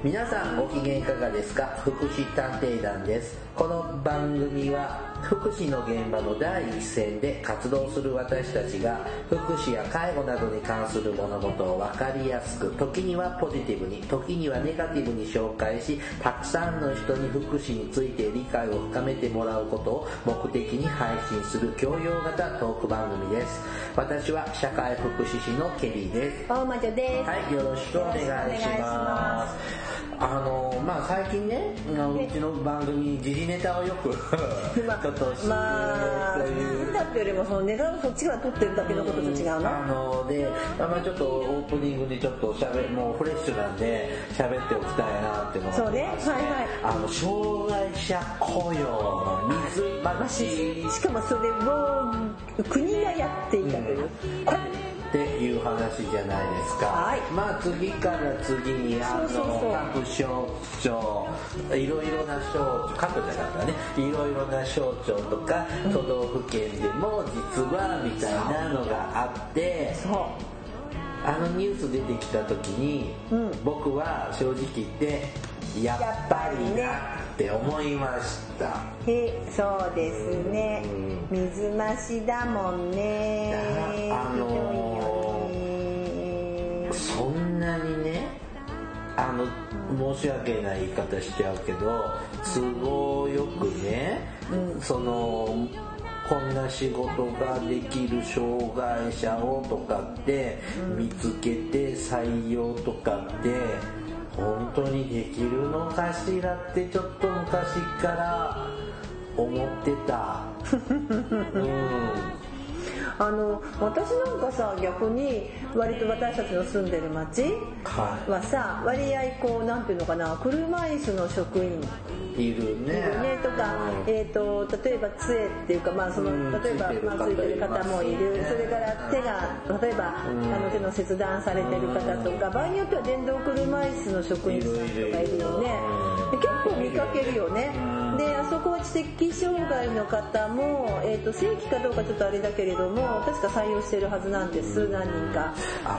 皆さんご機嫌いかがですか？福祉探偵団です。この番組は福祉の現場の第一線で活動する私たちが福祉や介護などに関する物事を分かりやすく、時にはポジティブに、時にはネガティブに紹介し、たくさんの人に福祉について理解を深めてもらうことを目的に配信する教養型トーク番組です。私は社会福祉士のケリーです。 大魔女です。 はい、よろしくお願いします。最近ね、うちの番組時事ネタをよくちょっとして時事ネタっていうよりもそのネタをそっちから撮ってるだけのことと違うので、ちょっとオープニングでちょっともうフレッシュなんで喋っておきたいなっていうのがそうね、はいはい、 障害者雇用の水増し、 しかもそれを国がやっていたという、 っていう話じゃないですか。 はい、 次から次に各省庁、いろいろな省庁、各じゃなくてね、いろいろな省庁とか都道府県でも実はみたいなのがあって、ニュース出てきた時に、僕は正直言ってやっぱりなって思いました。 そうですね、水増しだもんね。 そんなにね、申し訳ない言い方しちゃうけど、都合よくね、こんな仕事ができる障害者をとかって見つけて採用とかって本当にできるのかしらってちょっと昔から思ってた。 私なんかさ、逆に割と私たちの住んでる町はさ、割合こうなんていうのかな、車椅子の職員いるねとか、例えば杖っていうか、例えばついてる方もいる。それから手が例えば手の切断されてる方とか、場合によっては電動車椅子の職員さんとかいるよね。で結構見かけるよね。であそこは知的障害の方も、正規かどうかちょっとあれだけれども確か採用してるはずなんです、何人か。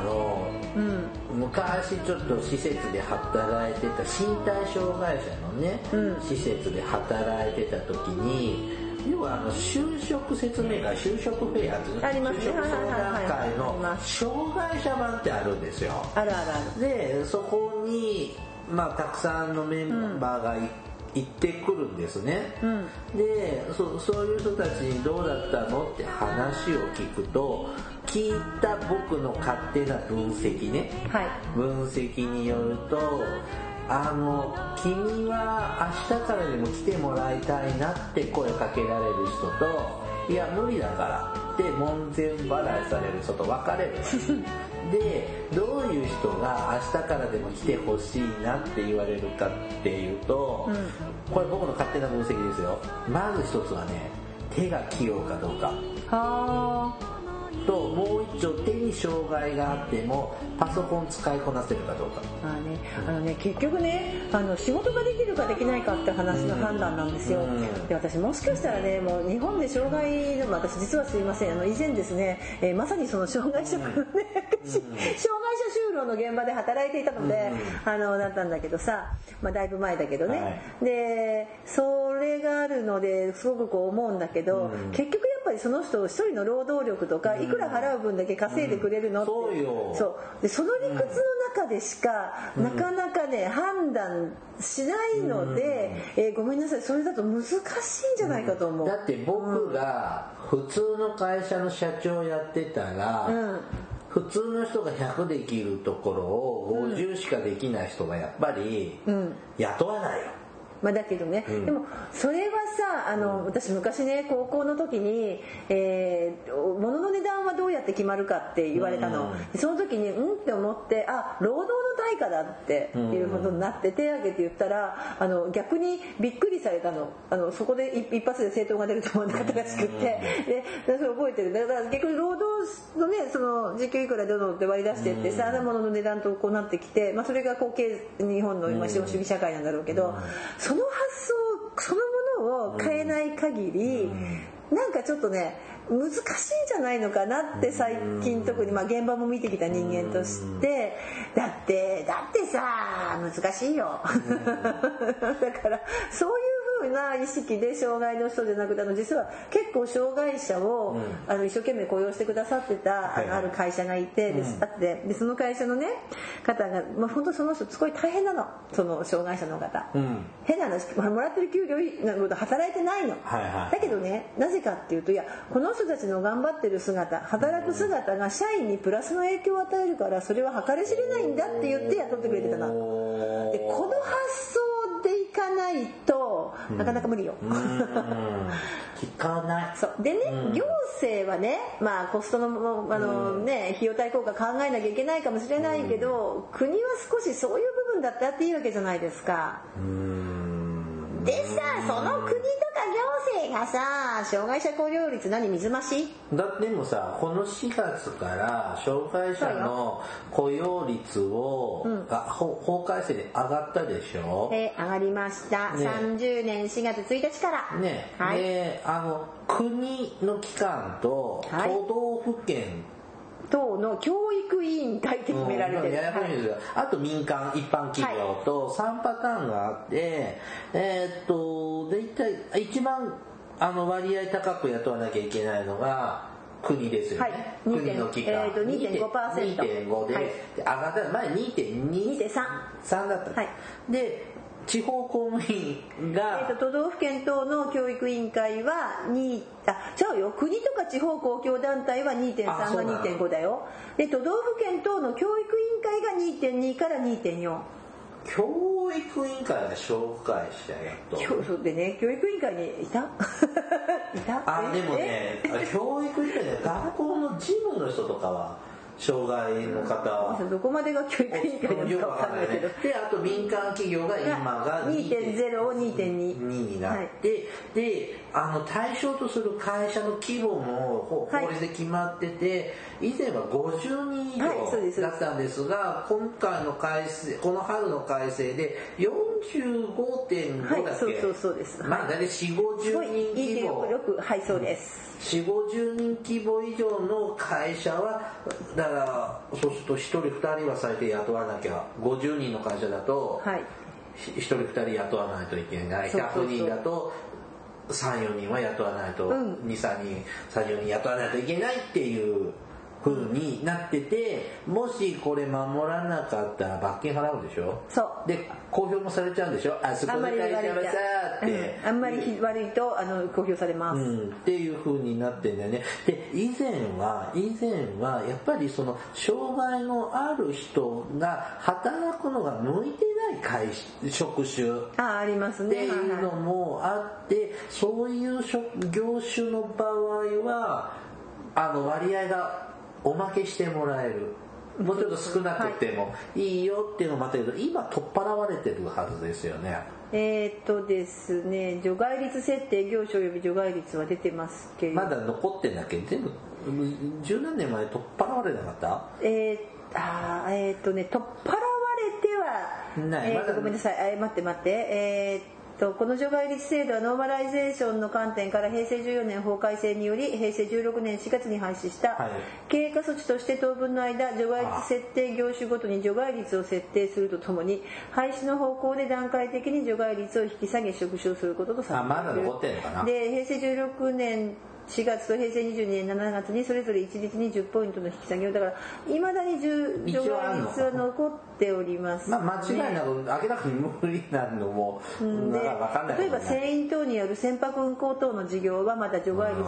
昔ちょっと施設で働いてた身体障害者のね、施設で働いてた時に、要は就職説明会、就職フェアってありますね、 就職相談会の障害者版ってあるんですよ。 あるあるある。 でそこにたくさんのメンバーが行ってくるんですね。でそういう人たちにどうだったのって話を聞くと、聞いた僕の勝手な分析ね、分析によると、君は明日からでも来てもらいたいなって声かけられる人と、いや無理だからって門前払いされる人と分かれる。でどういう人が明日からでも来てほしいなって言われるかっていうと、これ僕の勝手な分析ですよ。まず一つはね、手が器用かどうかと、もう一丁手に障害があってもパソコン使いこなせるかどうか。 結局ね、仕事ができるかできないかって話の判断なんですよ。で私もしかしたらね、もう日本で障害でも、私実はすいません、以前ですね、まさにその障害者のね、障害者就労の現場で働いていたので、だったんだけどさ、だいぶ前だけどね、でそれがあるのですごくこう思うんだけど、結局やっぱりその人一人の労働力とか、いくら払う分だけ稼いでくれるのって、でその理屈の中でしかなかなかね、判断しないので、ごめんなさい、それだと難しいんじゃないかと思う。 だって僕が普通の会社の社長やってたら、普通の人が100できるところを50しかできない人がやっぱり雇わないよ。 だけどね、でもそれはさ、私昔ね、高校の時に、物の値段はどうやって決まるかって言われたの。その時にって思って、労働の対価だっていうことになって、手挙げて言ったら逆にびっくりされたの。そこで一発で政党が出ると思わなかったらしくって、でそれ覚えてる。だから結局労働のね、その時給いくらどうのって割り出してってさ、物の値段とこうなってきて、それがこう日本の今資本主義社会なんだろうけど、その発想そのものを変えない限り、 なんかちょっとね難しいんじゃないのかなって最近特に現場も見てきた人間としてだってさ難しいよだからそういう風な意識で障害の人じゃなくて実は結構障害者を一生懸命雇用してくださってたある会社がいてでその会社のね方が本当その人すごい大変なのその障害者の方変な話もらってる給料なこと働いてないのだけどねなぜかっていうとこの人たちの頑張ってる姿働く姿が社員にプラスの影響を与えるからそれは計り知れないんだって言って雇ってくれてたのでこの発想でいかないとなかなか無理よ聞かないそうでね、行政はねコストの、費用対効果考えなきゃいけないかもしれないけど、国は少しそういう部分だってあっていいわけじゃないですか。でさその国とか行政がさ障害者雇用率水増しだってもさこの4月から障害者の雇用率を、法改正で上がったでしょ。 上がりました、ね、30年4月1日からね、はい、で国の機関と都道府県、 等の教育委員会って決められてる、 あと民間一般企業と3パターンがあって、で一番割合高く雇わなきゃいけないのが国ですよね、国の機関 2.5% で、上がったら前 2.3 だった、で地方公務員が、 都道府県等の教育委員会は違うよ国とか地方公共団体は 2.3 が 2.5 だよで都道府県等の教育委員会が 2.2 から 2.4 教育委員会が紹介したやとでね教育委員会にいたでもね教育委員会で学校の事務の人とかは障害の方はどこまでが教育委員会なのか分かんないけどであと民間企業が今が 2.0 を 2.2 になって、で対象とする会社の規模も法律で決まってて、以前は50人以上だったんですが、今回の改正この春の改正で 45.5 だっけ、 そうです、 大体 4,50 人規模そうです 4,50 人規模以上の会社はだからそうすると1人2人は最低雇わなきゃ50人の会社だと1人2人雇わないといけない100人だと 3,4 人は雇わないと、2,3 人 3,4 人雇わないといけないっていう風になってて、もしこれ守らなかったら罰金払うでしょ。 そうで公表もされちゃうんでしょ。そこの会社はさってあんまり悪いと公表されます、 っていう風になってんだよね。で以前はやっぱりその障害のある人が働くのが向いてない職種ありますねっていうのもあって、そういう業種の場合は割合がおまけしてもらえる、もうちょっと少なくてもいいよっていうのもあったけど、今取っ払われてるはずですよね。 ですね、除外率設定業種及び除外率は出てますけどまだ残ってんだっけ。全部十何年前取っ払われなかった。 取っ払われてはない、 ごめんなさい、待ってこの除外率制度はノーマライゼーションの観点から平成14年法改正により平成16年4月に廃止した経過措置として当分の間除外率設定業種ごとに除外率を設定するとともに廃止の方向で段階的に除外率を引き下げ縮小することとされている。 まだ残ってるのかな。 で平成16年4月と平成22年7月にそれぞれ一律に10ポイントの引き下げを、だからいまだに除外率は残っております、 間違いなく明らかに無理なのも分かんない。 例えば船員等による船舶運航等の事業はまだ除外率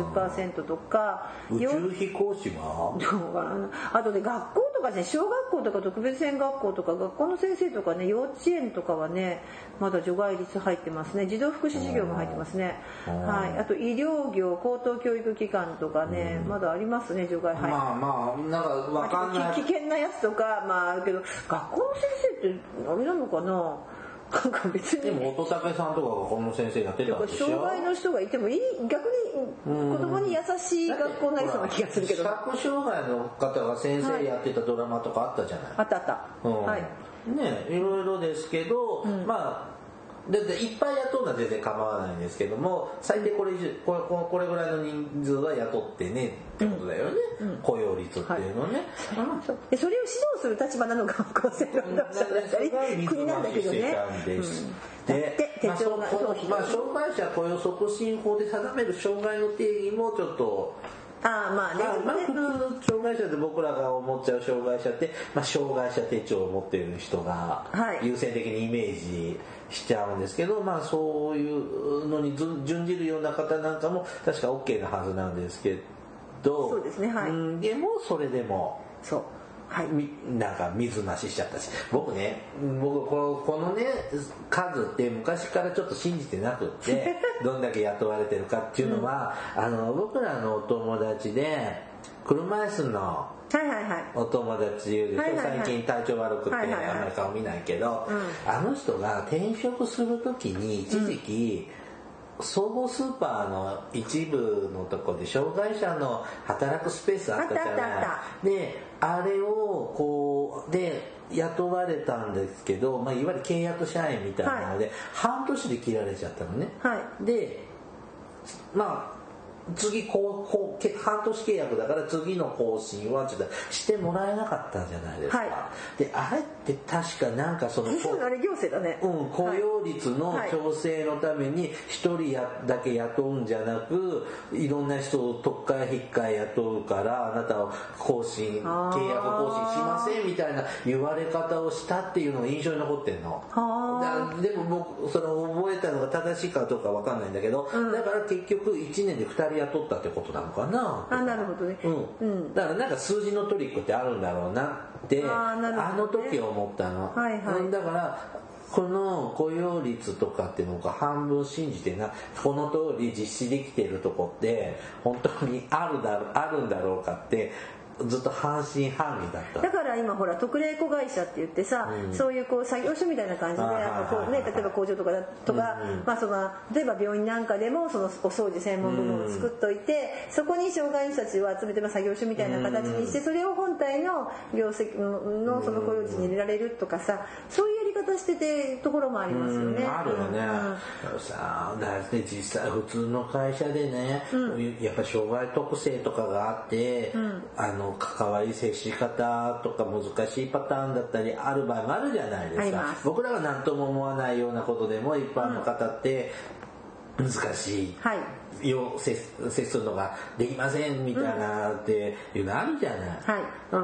80% とか、 宇宙飛行士はどうかな。あとで学校とかね、小学校とか特別支援学校とか学校の先生とかね、幼稚園とかはねまだ除外率入ってますね。児童福祉事業も入ってますね。あと医療業、高等教育機関とかね、まだありますね除外。 なんか分かんない。 危険なやつとかあるけど、学校の先生ってあれなのかな。なんか別にでも乙武さんとかがこの先生やってたんでしょ。 障害の人がいても逆に子供に優しい学校になりそうな気がするけど、 視覚障害の方が先生やってたドラマとかあったじゃない。 あった、 ね、いろいろですけど、 でいっぱい雇うのは全然構わないんですけども、最低これぐらいの人数は雇ってねってことだよね、雇用率っていうのね、 でそれを指導する立場なのが厚生労働省だったり国なんだけどね。 障害者雇用促進法で定める障害の定義もちょっと普通障害者で僕らが思っちゃう障害者って、障害者手帳を持っている人が優先的にイメージしちゃうんですけど、そういうのに準じるような方なんかも確か OK なはずなんですけど、 そうですね、はい、 でもそれでもそうはい、 なんか水増ししちゃったし、僕このね数って昔からちょっと信じてなくってどんだけ雇われてるかっていうのは、僕らのお友達で車椅子のお友達いるでしょ、最近体調悪くてあんまり顔見ないけど、あの人が転職する時に一時期、総合スーパーの一部のところで障害者の働くスペースあったじゃないで、あれをで雇われたんですけど、いわゆる契約社員みたいなので、半年で切られちゃったのね、で次半年契約だから次の更新はちょっとしてもらえなかったんじゃないですか、であれって確かなんかそのあれ行政だね、 雇用率の調整のために一人だけ雇うんじゃなく、いろんな人を特会引っかい雇うからあなたを契約更新しませんみたいな言われ方をしたっていうのが印象に残ってんの。でも僕その覚えたのが正しいかどうかわかんないんだけど、だから結局1年で2人雇ったってことなのかな。 なるほどね、 だからなんか数字のトリックってあるんだろうなってあの時思ったの、だからこの雇用率とかっていうのが半分信じてこの通り実施できているとこって本当にあるんだろうかってずっと半信半疑だった。 だから今ほら特例子会社って言ってさ、そういう作業所みたいな感じで例えば工場とか例えば病院なんかでもそのお掃除専門部門を作っといて、そこに障害者たちを集めて作業所みたいな形にして、それを本体の業績のその雇用率に入れられるとかさ、そういうやり方しててところもありますよね。 あるよね。だって実際普通の会社でね、やっぱ障害特性とかがあって、関わり接し方とか難しいパターンだったりある場合もあるじゃないですか。僕らが何とも思わないようなことでも一般の方って難しい、接するのができませんみたいなっていうのあるじゃない、だから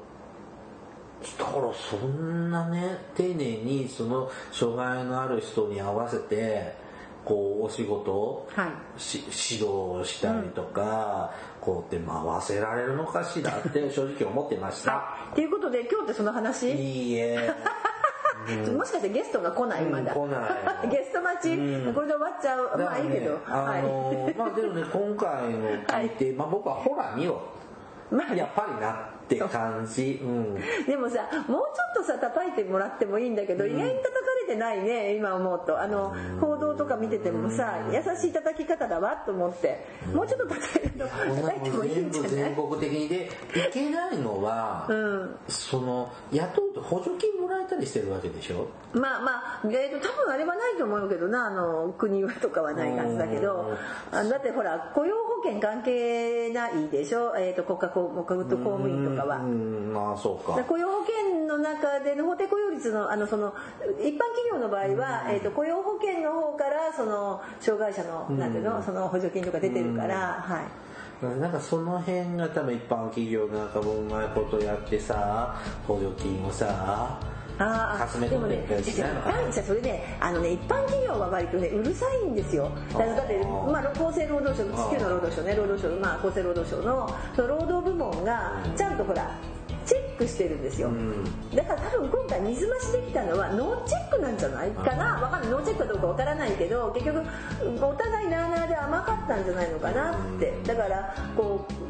そんなね丁寧にその障害のある人に合わせてお仕事を、指導したりとかって回せられるのかしらって正直思ってました。 ということで今日ってその話？ いいえ。 もしかしてゲストが来ないまだ。 来ない。 ゲスト待ち、これで終わっちゃう。いいけど。 でもね今回の聞いて、僕はほら見ろ。やっぱりなって感じ、 でもさもうちょっとさ叩いてもらってもいいんだけど、意外に叩かれてないね今思うと。報道とか見ててもさ、優しい叩き方だわと思って、もうちょっと叩いてもいいんじゃない？ 全国的にでいけないのは、その雇うと補助金もらえたりしてるわけでしょ。 多分あれはないと思うけどな、国とかはないはずだけど、だってほら雇用保険関係ないでしょ、国家公務員とかは。 そうか。 雇用保険の中での法定雇用率のその一般企業の場合は、雇用保険の方からその障害者のなんていうの、その補助金とか出てるから、 なんかその辺が多分一般企業なんかもうまいことやってさ、補助金をさでもね、それね、一般企業は割とねうるさいんですよ。だって厚生労働省、地球の労働省ね、厚生労働省の労働部門がちゃんとほらチェックしてるんですよ。だから多分今回水増しできたのはノーチェックなんじゃないかな。わかんない、ノーチェックかどうかわからないけど、結局お互いなあなあで甘かったんじゃないのかなって。だから結構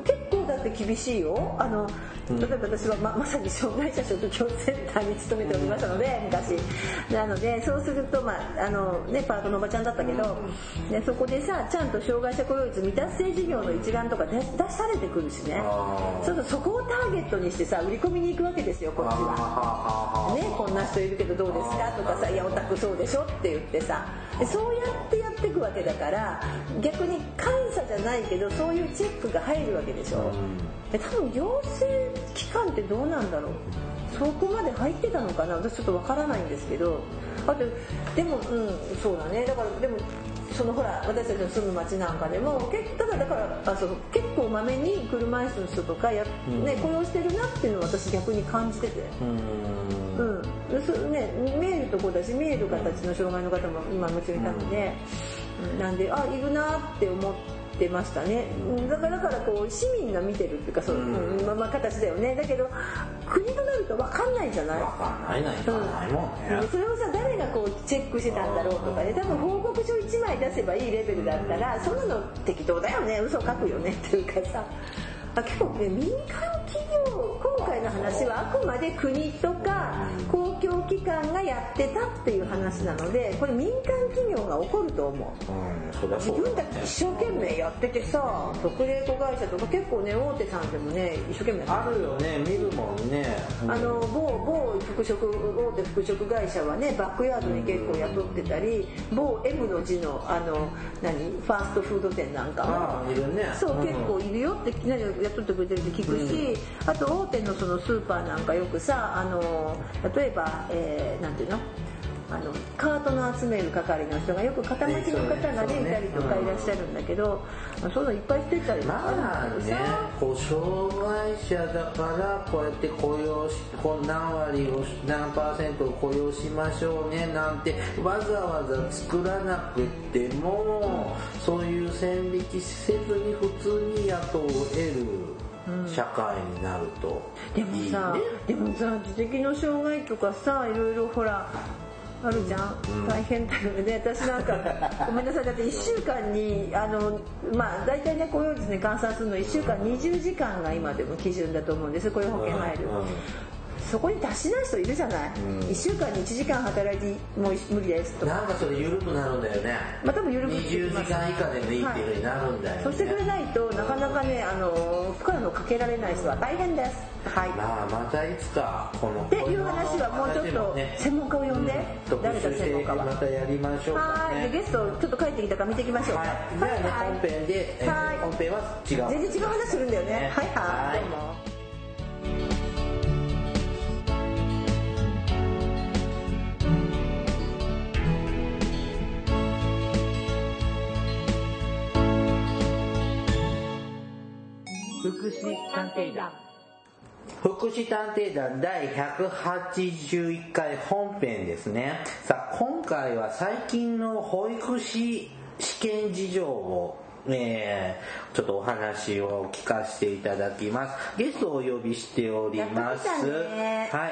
そうだって厳しいよ。例えば私は まさに障害者職業センターに勤めておりましたので、昔なので、そうすると、パートのおばちゃんだったけど、でそこでさ、ちゃんと障害者雇用率未達成事業の一覧とか出されてくるしね。そうするとそこをターゲットにしてさ、売り込みに行くわけですよ、こっちは。ね、こんな人いるけどどうですかとかさ、いやオタクそうでしょって言ってさ、でそうやってやっていくわけだから、逆に監査じゃないけどそういうチェックが入るわけでしょ。で多分行政機関ってどうなんだろう、そこまで入ってたのかな、私ちょっとわからないんですけど。あとでも、そうだね。だからでもほら、私たちの住む町なんかでもだから結構まめに車椅子の人とか雇用してるなっていうのを私逆に感じてて、メールとこだし、見える形の障害の方も今もちろんいたので、なんでいるなって思ってましたね。だからこう市民が見てるっていうか、形だよね。だけど国となると分かんないじゃない。 分かんないもんね。 それをさ、誰がこうチェックしてたんだろうとかね、多分報告書1枚出せばいいレベルだったら、そんなの適当だよね、嘘書くよねっていうかさ、結構ね、民間企業、今回の話はあくまで国とか公共機関がやってたっていう話なので、これ民間企業が起こると思う。自分たち一生懸命やっててさ、特例子会社とか結構ね、大手さんでもね、一生懸命やってあるよね、見るもんね。 某大手服飾会社はね、バックヤードに結構雇ってたり、某 M の字のファーストフード店なんかもいるね。 そう、結構いるよって雇ってくれてるって聞くし、あと大手のそのスーパーなんかよくさ、例えば、なんていうの、カートの集める係の人がよく片町の方がねいたりとかいらっしゃるんだけど、そういうのいっぱいしてたりとかあるんだけどさ、 障害者だからこうやって雇用し、何割を何%を雇用しましょうねなんてわざわざ作らなくても、そういう線引きせずに普通に雇える社会になるといいね。 でもさ、知的の障害とかさ、いろいろほらあるじゃん、大変だよね。私なんかごめんなさい、だって1週間に大体ね、雇用率に換算するの1週間20時間が今でも基準だと思うんですよ、雇用保険入る。そこに達しない人いるじゃない、1週間に1時間働いてもう無理ですとか、 なんかそれ緩くなるんだよね。 多分緩く 20時間以下でもいいっていう風になるんだよね。 そうしてくれないとなかなかね、負荷のかけられない人は大変です。はい。 またいつかこのっていう話はもうちょっと専門家を呼んで、誰か専門家はまたやりましょうかね。 はい。でゲストちょっと帰ってきたから見ていきましょうか。 じゃあね、本編で本編は違う。 全然違う話するんだよね。はいはい。どうも。 福祉探偵団。福祉探偵団第181回本編ですね。さあ、今回は最近の保育士試験事情をちょっとお話を聞かせていただきます。ゲストをお呼びしております。はい、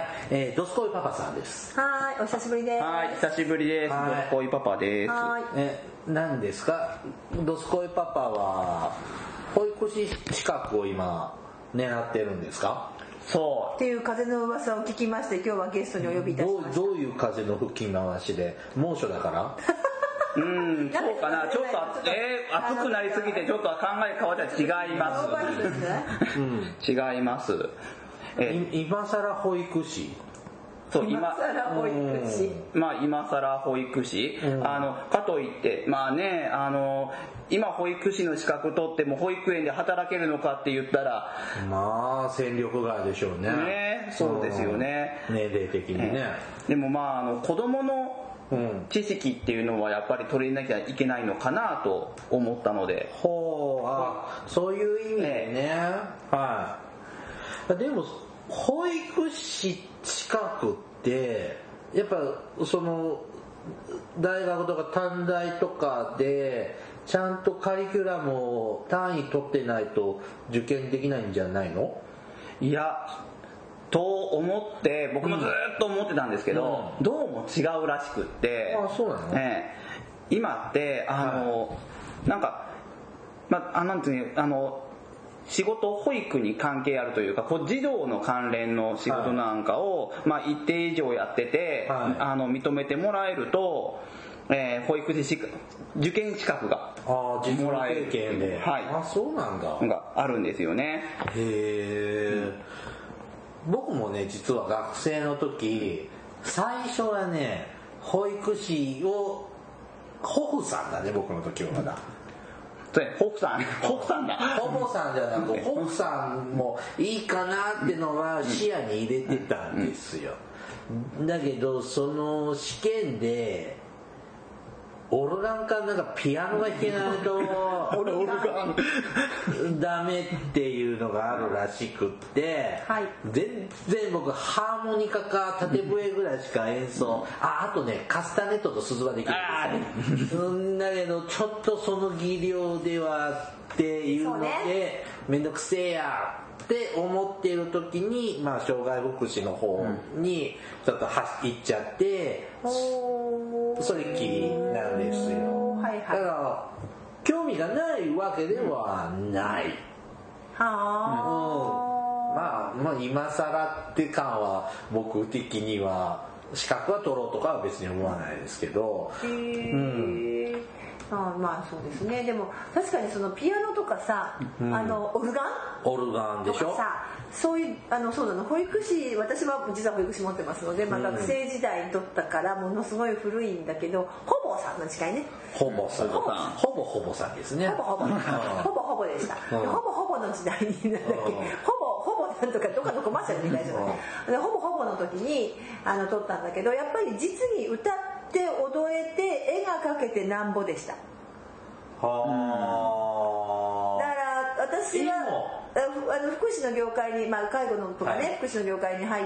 ドスコイパパさんです。 はい、お久しぶりです。 はい、久しぶりです。ドスコイパパです。 何ですか、ドスコイパパは保育士資格を今狙ってるんですか？ そうっていう風の噂を聞きまして、今日はゲストにお呼びいたしました。 どういう風の吹き回しで？猛暑だからそうかな。ちょっと暑くなりすぎてちょっと考え変わったら違います。違います。 今更保育士。 そう、 今更保育士。 今更保育士。かといって、今保育士の資格取っても保育園で働けるのかって言ったら、 戦力外でしょうね。 そうですよね。 年齢的にね。 でも子供の知識っていうのはやっぱり取りなきゃいけないのかなと思ったので。 そういう意味でね。はい。でも保育士資格ってやっぱその大学とか短大とかでちゃんとカリキュラムを単位取ってないと受験できないんじゃないの？ いや、と思って僕もずっと思ってたんですけど、どうも違うらしくって。 そうなの？ 今ってなんかなんていう仕事保育に関係あるというか児童の関連の仕事なんかを、一定以上やってて、認めてもらえると、保育士受験資格がもらえるっていう、 そうなんだがあるんですよね。 へー。僕もね実は学生の時最初はね保育士を保父さんだね、僕の時はまだ。 ホフさんだ。 保母さんじゃなく保父さんもいいかなってのは視野に入れてたんですよ。だけどその試験でオルガンかなんかピアノが弾けないとダメっていうのがあるらしくって、全然僕ハーモニカか縦笛ぐらいしか演奏、あとねカスタネットと鈴はできるんですよ。だけどちょっとその技量ではっていうのでめんどくせえやって思っている時に、障害福祉の方にちょっと行っちゃって、それっきりなんですよ。だから興味がないわけではない。今更って感は僕的には資格は取ろうとかは別に思わないですけど。 そうですね。でも確かにそのピアノとかさ、オルガンでしょ。 そういうそうなの。保育士、私は実は保育士持ってますので、学生時代に取ったからものすごい古いんだけど、ほぼさんの近いね。 ほぼさんですね。 ほぼでした。ほぼの時代になんだっけ。ほぼなんとかどっかのコマーシャルみたいじゃない。ほぼの時に取ったんだけど、やっぱり実に歌って踊れて絵が描けてなんぼでした。だから私は福祉の業界に、介護のとかね、福祉の業界に入って、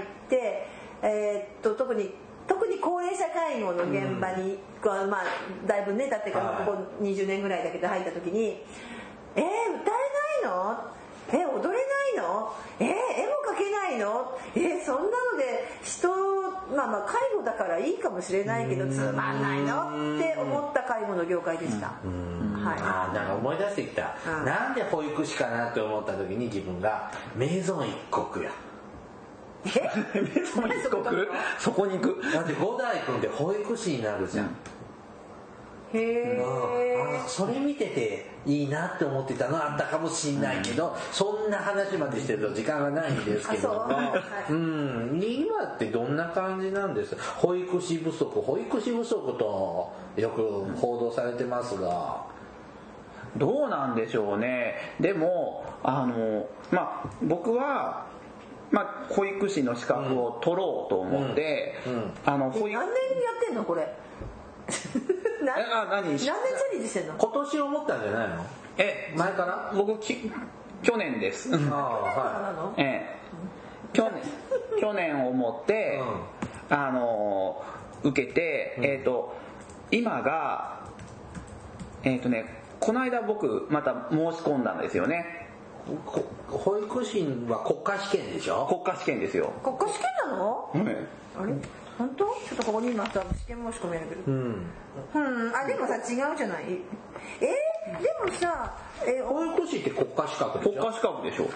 特に高齢者介護の現場に、だいぶね経ってからここ20年ぐらいだけど入った時に、歌えないの？踊れないの？絵も描けないの？そんなので人、介護だからいいかもしれないけどつまんないのって思った介護の業界でした。 なんか思い出してきた。なんで保育士かなって思った時に自分がメゾン一国や。 メゾン一国？そこに行く。 だって五代君って保育士になるじゃん。それ見てていいなって思ってたのはあったかもしんないけど、そんな話までしてると時間がないんですけども、今ってどんな感じなんです？保育士不足とよく報道されてますが、 どうなんでしょうね。でも僕は保育士の資格を取ろうと思って、 何年やってんのこれ？何年チャレンジしてんの？ 今年思ったんじゃないの？前から？ 僕去年です。去年思って、受けて、今がこの間僕また申し込んだんですよね。 保育士は国家試験でしょ？ 国家試験ですよ。 国家試験なの？あれ？本当？ちょっとここに今さ試験申し込めるけど。でもさ違うじゃない。でもさ、 保育士って国家資格でしょ？ 国家資格でしょ。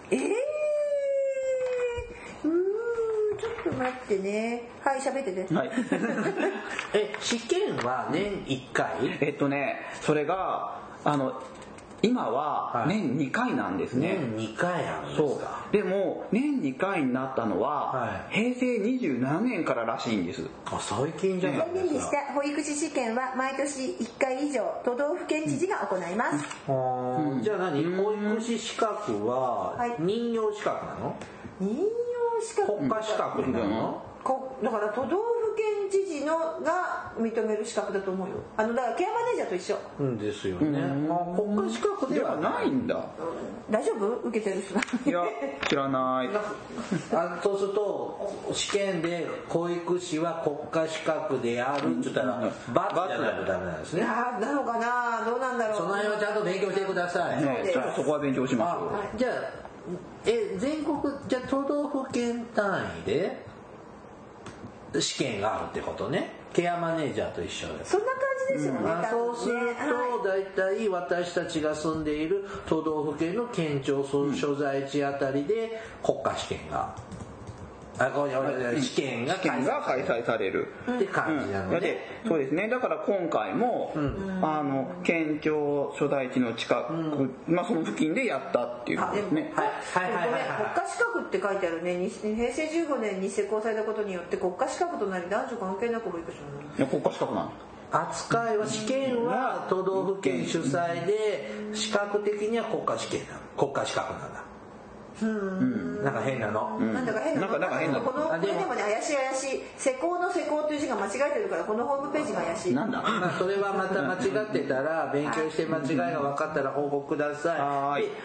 ちょっと待ってね。はい、喋ってて。はい。 試験は年1回？ それが今は年2回なんですね。 年2回あるんですか？ でも年2回になったのは、平成27年かららしいんです。 最近じゃないですか。 宣言した保育士試験は毎年1回以上都道府県知事が行います。 じゃあ保育士資格は任用資格なの？ 任用資格？ 国家資格なの？ だから都道府県知事のが認める資格だと思うよ。だからケアマネージャーと一緒。 ですよね。国家資格ではないんだ。 大丈夫？受けてる人。 いや知らない。 そうすると試験で保育士は国家資格であるって言ったら×じゃないとダメなんですね。 なのかな？どうなんだろう。 その辺はちゃんと勉強してください。 ちょっとそこは勉強しますよ。じゃあ全国じゃあ都道府県単位で試験があるってことね。ケアマネージャーと一緒です。 そんな感じでしょうね、 そうすると大体私たちが住んでいる都道府県の県庁所在地あたりで国家試験が試験が開催されるって感じなので、 そうですね。だから今回も、県庁所在地の近く、その付近でやったっていうことですね。 国家資格って書いてあるね。平成15年に施行されたことによって国家資格となり男女関係なく保育士なの。国家資格なの。 扱いは試験は都道府県主催で資格的には国家資格なんだ。なんか変なの。 なんだか変なの。このでもね怪しい施工の施工という字が間違えてるからこのホームページが怪しい。 なんだ。 それはまた間違ってたら勉強して間違いが分かったら報告ください。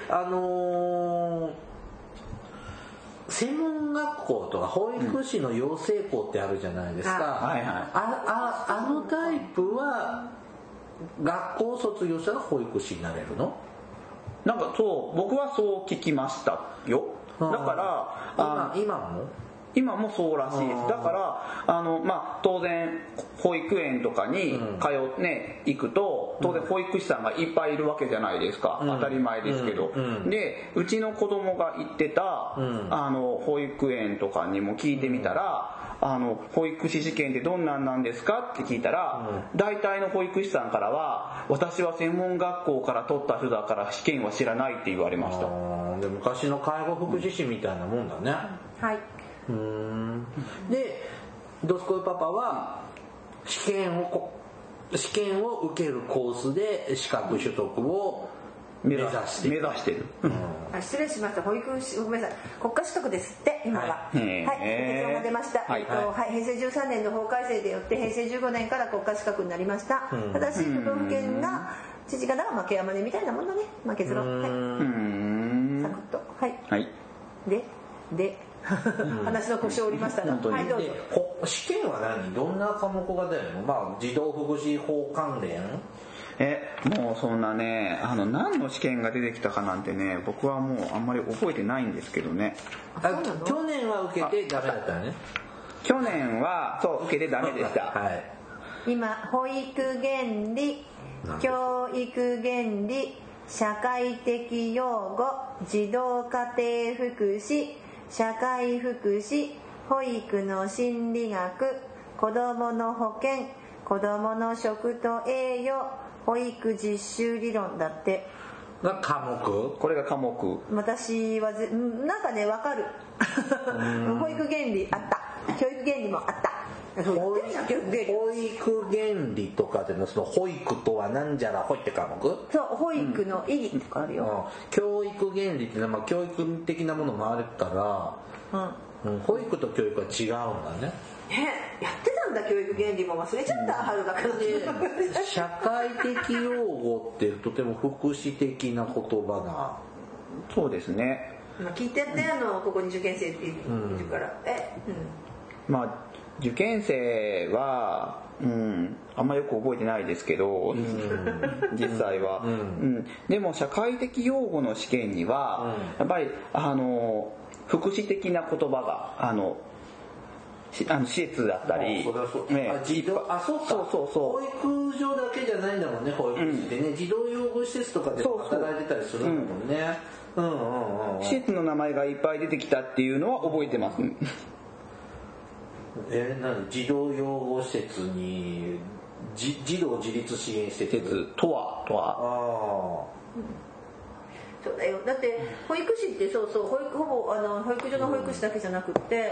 専門学校とか保育士の養成校ってあるじゃないですか。あのタイプは学校を卒業したら保育士になれるの？ なんか僕はそう聞きましたよ。だから今もそうらしいです。だから当然保育園とかに行くと当然保育士さんがいっぱいいるわけじゃないですか。当たり前ですけど。でうちの子供が行ってた保育園とかにも聞いてみたら、保育士試験ってどんなんなんですかって聞いたら、大体の保育士さんからは私は専門学校から取った人だから試験は知らないって言われました。 で昔の介護福祉士みたいなもんだね。 はい。 でドスコイパパは試験を受けるコースで資格取得を目指してる。 失礼しました。保育士ごめんなさい。国家資格ですって今は。結論が出ました。平成13年の法改正でよって平成15年から国家資格になりました。ただし都道府県が知事が負け山根みたいなもんだね。結論。サクッと。はい。で話の腰を折りましたが、はいどうぞ。 試験はどんな科目が出るの？児童福祉法関連？ もうそんなね何の試験が出てきたかなんてね僕はもうあんまり覚えてないんですけどね。 去年は受けてダメだったね。 去年は受けてダメでした。 今保育原理、教育原理、社会的養護、児童家庭福祉、社会福祉、保育の心理学、子どもの保健、子どもの食と栄養、保育実習理論だってが科目。 これが科目。 私はなんかね分かる保育原理あった、教育原理もあった。 保育原理とかでのその保育とはなんじゃらほいって科目？ そう保育の意義とかあるよ。 教育原理ってのは教育的なものもあるから、保育と教育は違うんだね。 やってたんだ教育原理も忘れちゃった。春だからで社会的養護ってとても福祉的な言葉が。 そうですね。 聞いてってここに受験生っているから。 受験生は、あんまよく覚えてないですけど、実際は、でも社会的養護の試験には、やっぱり福祉的な言葉が施設だったり、 保育所だけじゃないんだもんね。保育士ってね、児童養護施設とかで働いてたりするんだもんね。 施設の名前がいっぱい出てきたっていうのは覚えてます。 児童養護施設に児童自立支援施設とは。 そうだよ。だって保育士ってほぼ保育所の保育士だけじゃなくって、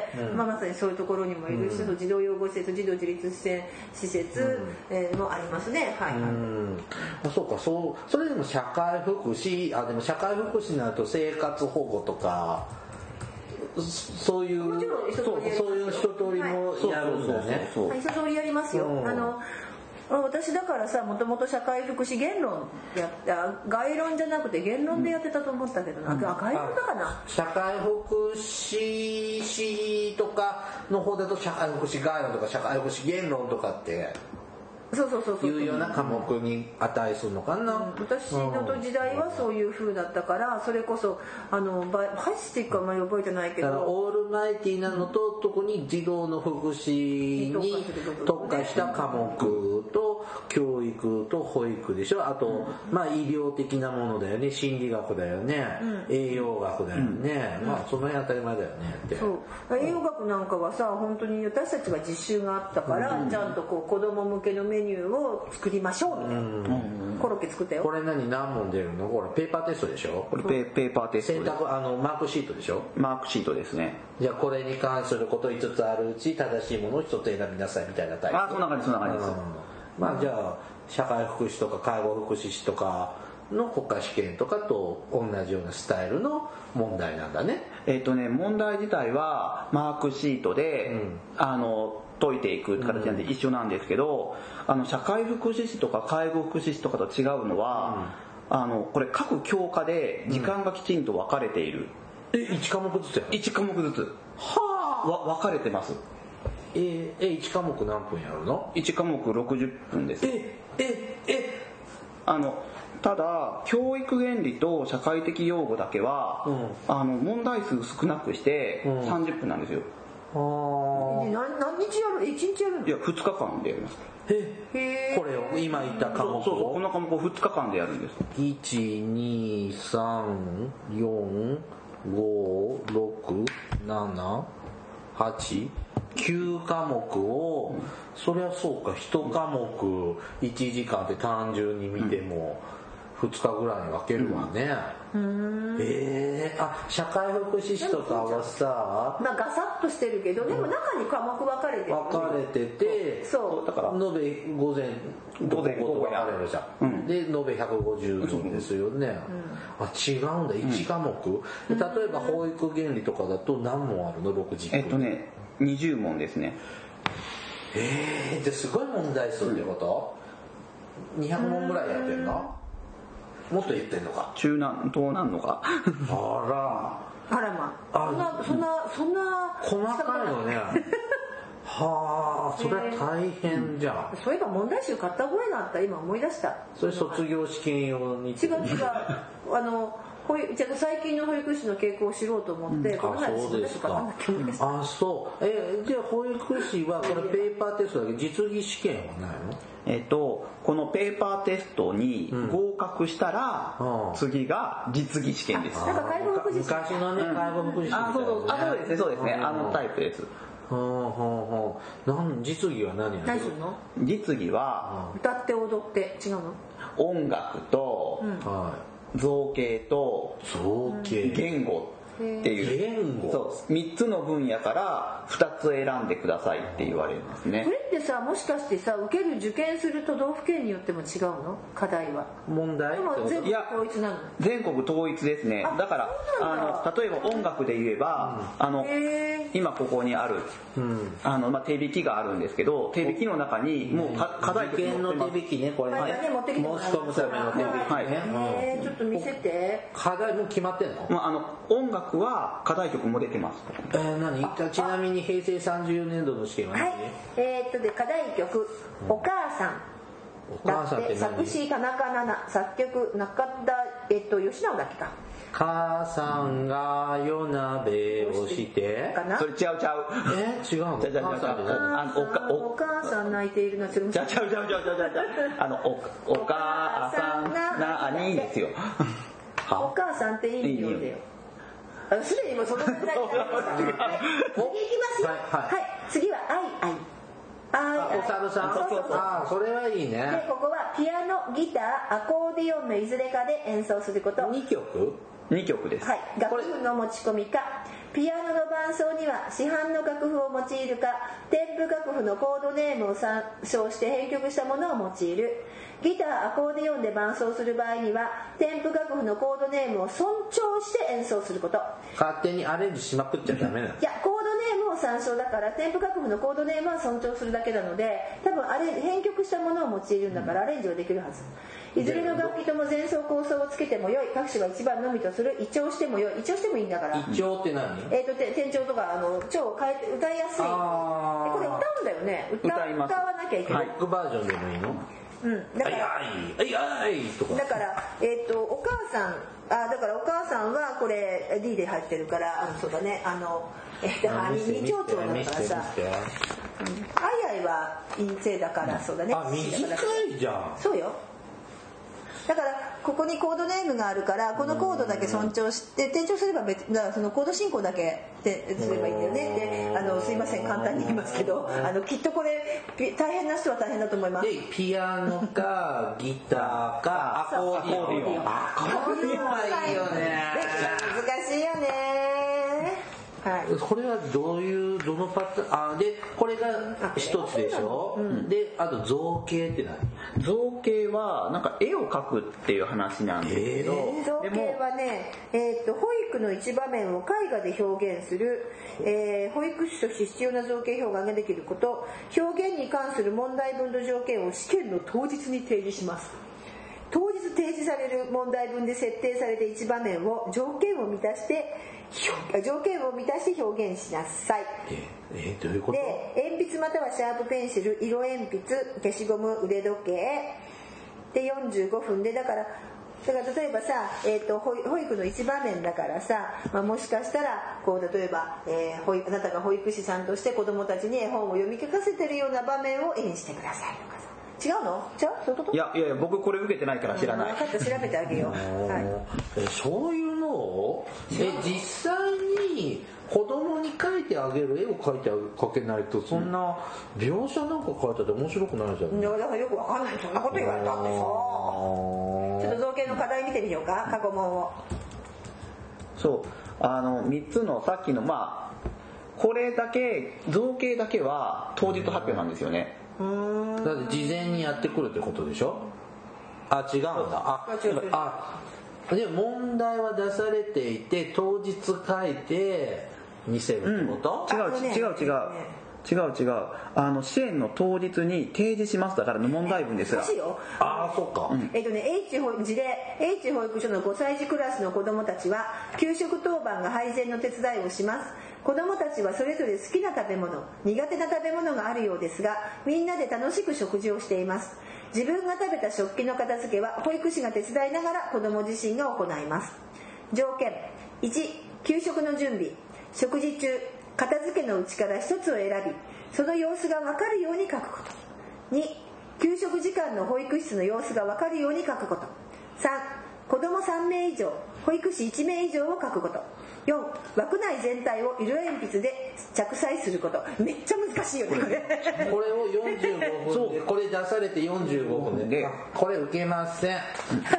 まさにそういうところにもいるし、児童養護施設、児童自立支援施設もありますね。 そうか。それでも社会福祉でも社会福祉になると生活保護とかそういうもちろん一通りもやるんだね。 一通りやりますよ。私だからさ、もともと社会福祉言論概論じゃなくて言論でやってたと思ったけどな。概論だかな。 社会福祉士とかの方だと社会福祉概論とか社会福祉言論とかっていうような科目に値するのかな。 私の時代はそういう風だったから、それこそハイスティックはあんまり覚えてないけど、 だからオールマイティなのと、特に児童の福祉に特化した科目と教育と保育でしょ。あと、医療的なものだよね、心理学だよね、栄養学だよね、その辺当たり前だよねって。 そう栄養学なんかはさ、本当に私たちは実習があったから、ちゃんとこう子供向けのメニューを作りましょうみたいな、コロッケ作ったよ。 これ何問出るの？これペーパーテストでしょ。 これペーパーテスト選択マークシートでしょ。 マークシートですね。 じゃあこれに関すること5つあるうち正しいものを1つ選びなさいみたいなタイプ。 そんな感じです。 じゃあ社会福祉とか介護福祉士とかの国家試験とかと同じようなスタイルの問題なんだね。 問題自体はマークシートで、解いていく形なんで一緒なんですけど、社会福祉士とか介護福祉士とかと違うのは、これ各教科で時間がきちんと分かれている。 1科目ずつやる？ 1科目ずつ分かれてます。 1科目何分やるの？ 1科目60分です。ただ教育原理と社会的用語だけは、問題数少なくして30分なんですよ。 何日やる？1日やるの？ いや2日間でやります。 これを今言った科目をこの科目を2日間でやるんです。 123456789科目を、そりゃそうか、1科目1時間で単純に見ても2日ぐらいに分けるわね。社会福祉士とかはさ、 ガサッとしてるけど、でも中に科目分かれてる、 分かれてて、 そうだから延べ午前午後と分かれるじゃん、で延べ150分ですよね、違うんだ。1科目、例えば保育原理とかだと何問あるの？6時間。 20問ですね。 すごい問題数ってこと？200問ぐらいやってんの？もっと言ってんのか？ 中南東南のか？ あらまあ、そんな細かいのね。それは大変じゃん。 そういえば問題集買った覚えがあった。今思い出した。 それ卒業試験用に？違う最近の保育士の傾向を知ろうと思って、 そうですか。そう。じゃあ保育士はこれペーパーテストだけど実技試験はないの？ このペーパーテストに合格したら、次が実技試験です。 なんか介護福祉士。 昔のね、介護福祉士みたいなね。 そうですね。タイプです。 実技は何やる？ 何するの？ 実技は歌って踊って違うの？ 音楽と造形と言語っていう3つの分野から2つ選んでくださいって言われるんですね。 これってさ、もしかしてさ、受験する都道府県によっても違うの？課題は。 問題？ でも全国統一なの？ 全国統一ですね。だから例えば音楽で言えば、今ここにある手引きがあるんですけど、手引きの中にもう課題受験の手引きね、これね、申し込むための手引きね。 ちょっと見せて。 課題もう決まってんの？ 音楽は課題曲も出てます。 ちなみに平成30年度の試験は何？ 課題曲お母さん。 お母さんって何？ 作詞田中奈々、作曲中田吉直だっけか。 母さんが夜鍋をしてそれ違う違うの？ お母さん泣いているの。 違うお母さんなにですよ。 お母さんっていいよだよ。すでにもうその問題になりました。次いきますよ。次は愛。 お猿さん。それはいいね。 でここはピアノ、ギター、アコーディオンのいずれかで演奏すること。 2曲です。 楽譜の持ち込みか、ピアノの伴奏には市販の楽譜を用いるか、添付楽譜のコードネームを参照して編曲したものを用いる。ギター、アコーディオンで伴奏する場合には添付楽譜のコードネームを尊重して演奏すること。 勝手にアレンジしまくっちゃダメなの？ いや、コードネームを本参照だから添付楽譜のコードネームは尊重するだけなので、多分あれ編曲したものを用いるんだからアレンジはできるはず。いずれの楽器とも前奏後奏をつけてもよい、各種は一番のみとする、一調してもよい、一調してもいいんだから。 一調って何？ 転調とか調を変えて歌いやすい。これ歌うんだよね。歌わなきゃいけない。 ロックバージョンでもいいの？ だからだからお母さんだからお母さんはこれ D で入ってるからそうだね二丁調だからさあいあいは陰性だからそうだね短いじゃん。 そうよ。だからここにコードネームがあるからこのコードだけ尊重して転調すれば別だからそのコード進行だけですればいいんだよねってすいません簡単に言いますけどきっとこれ大変な人は大変だと思います。 でピアノかギターかアコーディオン。アコーディオンはいいよね。 難しいよね。はい、 これはどのパターンでこれが一つでしょ、であと造形って何？ 造形はなんか絵を描くっていう話なんですけど、 造形はね、保育の一場面を絵画で表現する、保育士として必要な造形表現ができること、表現に関する問題文の条件を試験の当日に提示します。当日提示される問題文で設定された一場面を条件を満たして表現しなさい。 どういうこと？ で鉛筆またはシャープペンシル、色鉛筆、消しゴム、腕時計で45分でだから例えばさ、保育の一場面だからさ、もしかしたらこう例えば、あなたが保育士さんとして子どもたちに絵本を読み聞かせてるような場面を絵にしてくださいとかさ。違うの？そういうこと？ いや僕これ受けてないから知らない。 分かった、調べてあげよう。はい、 そういうのを実際に子供に描いてあげる絵を描けないとそんな描写なんか描いたって面白くないじゃん。 だからよくわかんないそんなこと言われたってさ。ちょっと造形の課題見てみようか過去問を。 そう3つのさっきのこれだけ造形だけは当日発表なんですよね。 だって事前にやってくるってことでしょ？違うんだ。で問題は出されていて当日書いて見せるってこと？ 違う支援の当日に提示しますだからの問題文ですが。 そっか。事例 H 保育所の5歳児クラスの子どもたちは給食当番が配膳の手伝いをします。子どもたちはそれぞれ好きな食べ物、苦手な食べ物があるようですが、みんなで楽しく食事をしています。自分が食べた食器の片付けは保育士が手伝いながら子ども自身が行います。条件1、給食の準備、食事中片付けのうちから一つを選びその様子が分かるように書くこと。2、給食時間の保育室の様子が分かるように書くこと。3、子ども3名以上保育士1名以上を書くこと。4、枠内全体を色鉛筆で着彩すること。めっちゃ難しいよねこれを45分でこれ出されて45分でこれ受けません。でもさ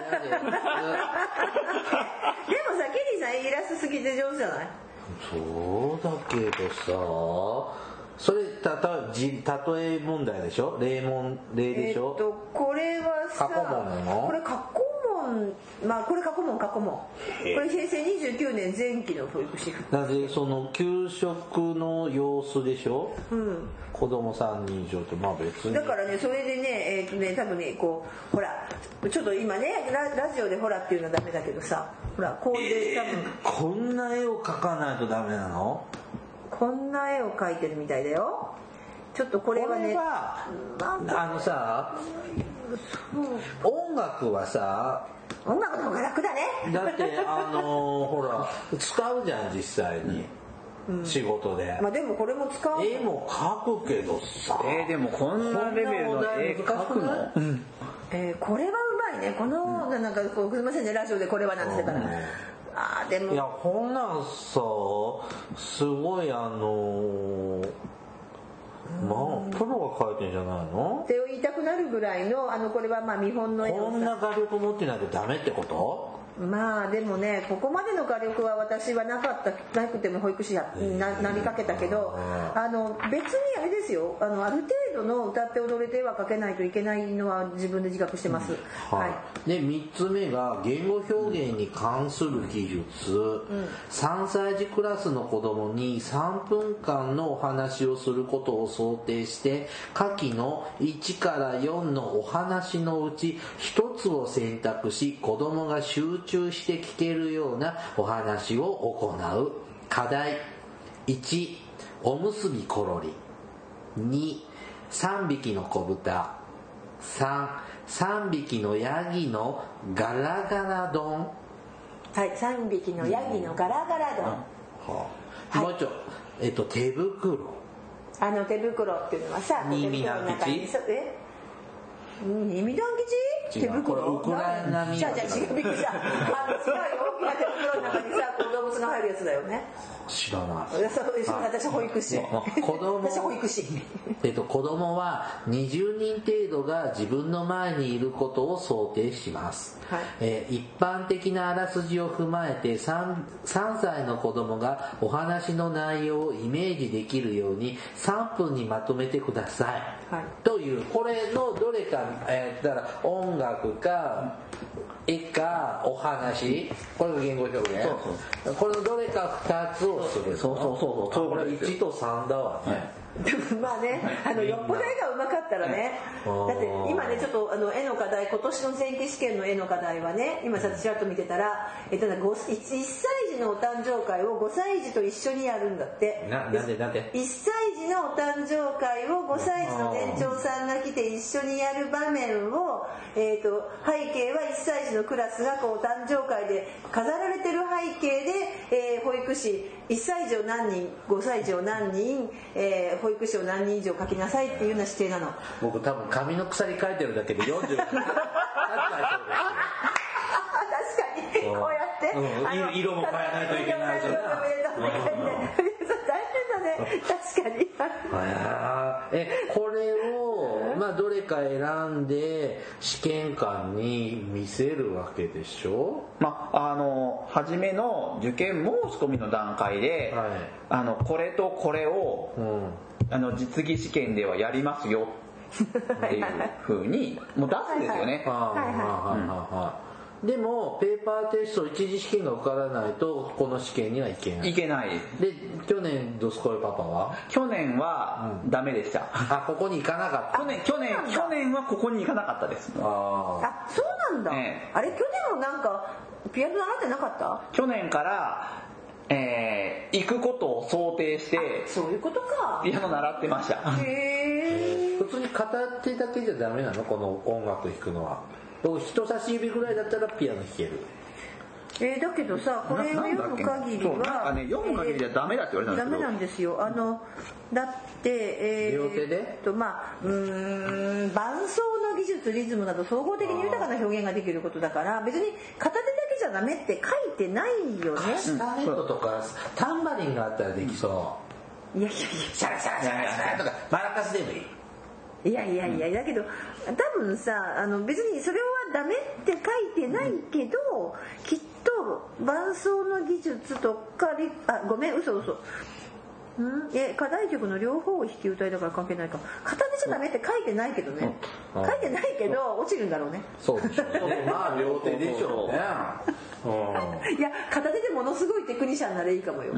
ケリーさんイラスト好きで上手じゃない？そうだけどさそれ例え問題でしょ？例でしょ？これはさ過去問なの？これ過去問これ過去問これ平成29年前期の保育士だってその給食の様子でしょ？子供3人以上って別にだからねそれでね多分ねこうほらちょっと今ねラジオでほらっていうのはダメだけどさほらこうで多分こんな絵を描かないとダメなの？こんな絵を描いてるみたいだよ。ちょっとこれはねさ音楽はさ音楽の方が楽だね。だってほら使うじゃん実際に、仕事で。でもこれも使う。絵も描くけどさ。でもこんなレベルの絵描くの？これはうまいね。このなんかすみませんねラジオでこれはなんて言ったから。でもいやこんなんさすごいプロが描いてんじゃないの？って言いたくなるぐらいのこれは見本の絵をこんな画力持ってないとダメってこと？でもねここまでの画力は私はなくても保育士になりかけたけど別にあれですよある程度の歌って踊れては書けないといけないのは自分で自覚してます、 はい、で3つ目が言語表現に関する技術、3歳児クラスの子供に3分間のお話をすることを想定して下記の1から4のお話のうち1つを選択し子供が集中して聞けるようなお話を行う。課題1、おむすびころり。2、3匹の子豚。3、3匹のヤギのガラガラ丼。 はい、3匹のヤギのガラガラ丼、 もう一丁、手袋。 手袋っていうのはさ、 新見団吉？ 新見団吉？手袋？ これウクライナ見団吉。 違う、びっくりした。違うよ、大きな手袋の中にさ、動物が入るやつだよね。 知らない。 私保育士。私保育士。 子供は20人程度が自分の前にいることを想定します。はい、一般的なあらすじを踏まえて 3歳の子供がお話の内容をイメージできるように3分にまとめてください。はい、という、これのどれか、だから音楽か絵かお話、これが言語表現。そうこれのどれか2つをする。そうこれ1と3だわね。 まあね、よっぽど絵がうまかったらね、だって今ねちょっと絵の課題、今年の前期試験の絵の課題はね、今ちらっと見てたら、1歳児のお誕生会を5歳児と一緒にやるんだって。 なんで 1歳児のお誕生会を5歳児の年長さんが来て一緒にやる場面を、背景は1歳児のクラスがこうお誕生会で飾られてる背景で、保育士1歳児を何人、5歳児を何人、保育士を何人以上書きなさいっていうような指定なの。 僕多分紙の鎖書いてるだけで40確かにこうやって、 色も変えないといけないじゃん。 大変だね、確かに。 これを、どれか選んで試験官に見せるわけでしょ。 初めの受験申し込みの段階で、これとこれを、実技試験ではやりますよっていう風にもう出すんですよね。 でもペーパーテスト一次試験が受からないとこの試験にはいけない。 いけないで去年ドスコイパパは？ 去年はダメでした。 ここに行かなかった。 去年はここに行かなかったです。 そうなんだ。あれ去年もなんかピアノ習ってなかった？ 去年から行くことを想定してそういうことか。 ピアノ習ってました。 普通に片手だけじゃダメなの？この音楽弾くのは。人差し指ぐらいだったらピアノ弾ける。 だけどさ、これを読む限りは読む限りはダメだって言われたんですけど、ダメなんですよ。だって両手で伴奏の技術、リズムなど総合的に豊かな表現ができることだから、別に片手だけじゃダメって書いてないよね。 カスタネットとかタンバリンがあったらできそう。 いやシャラシャラシャラシャラとかマラカスでもいい。 いやだけど多分さ、別にそれはダメって書いてないけど、きっと伴奏の技術とかごめん、嘘課題曲の両方を弾き歌いだから関係ないか。片手じゃダメって書いてないけどね。書いてないけど落ちるんだろうね。 そうでしょうね。両手でしょうね。 いや片手でものすごいテクニシャンならいいかもよ。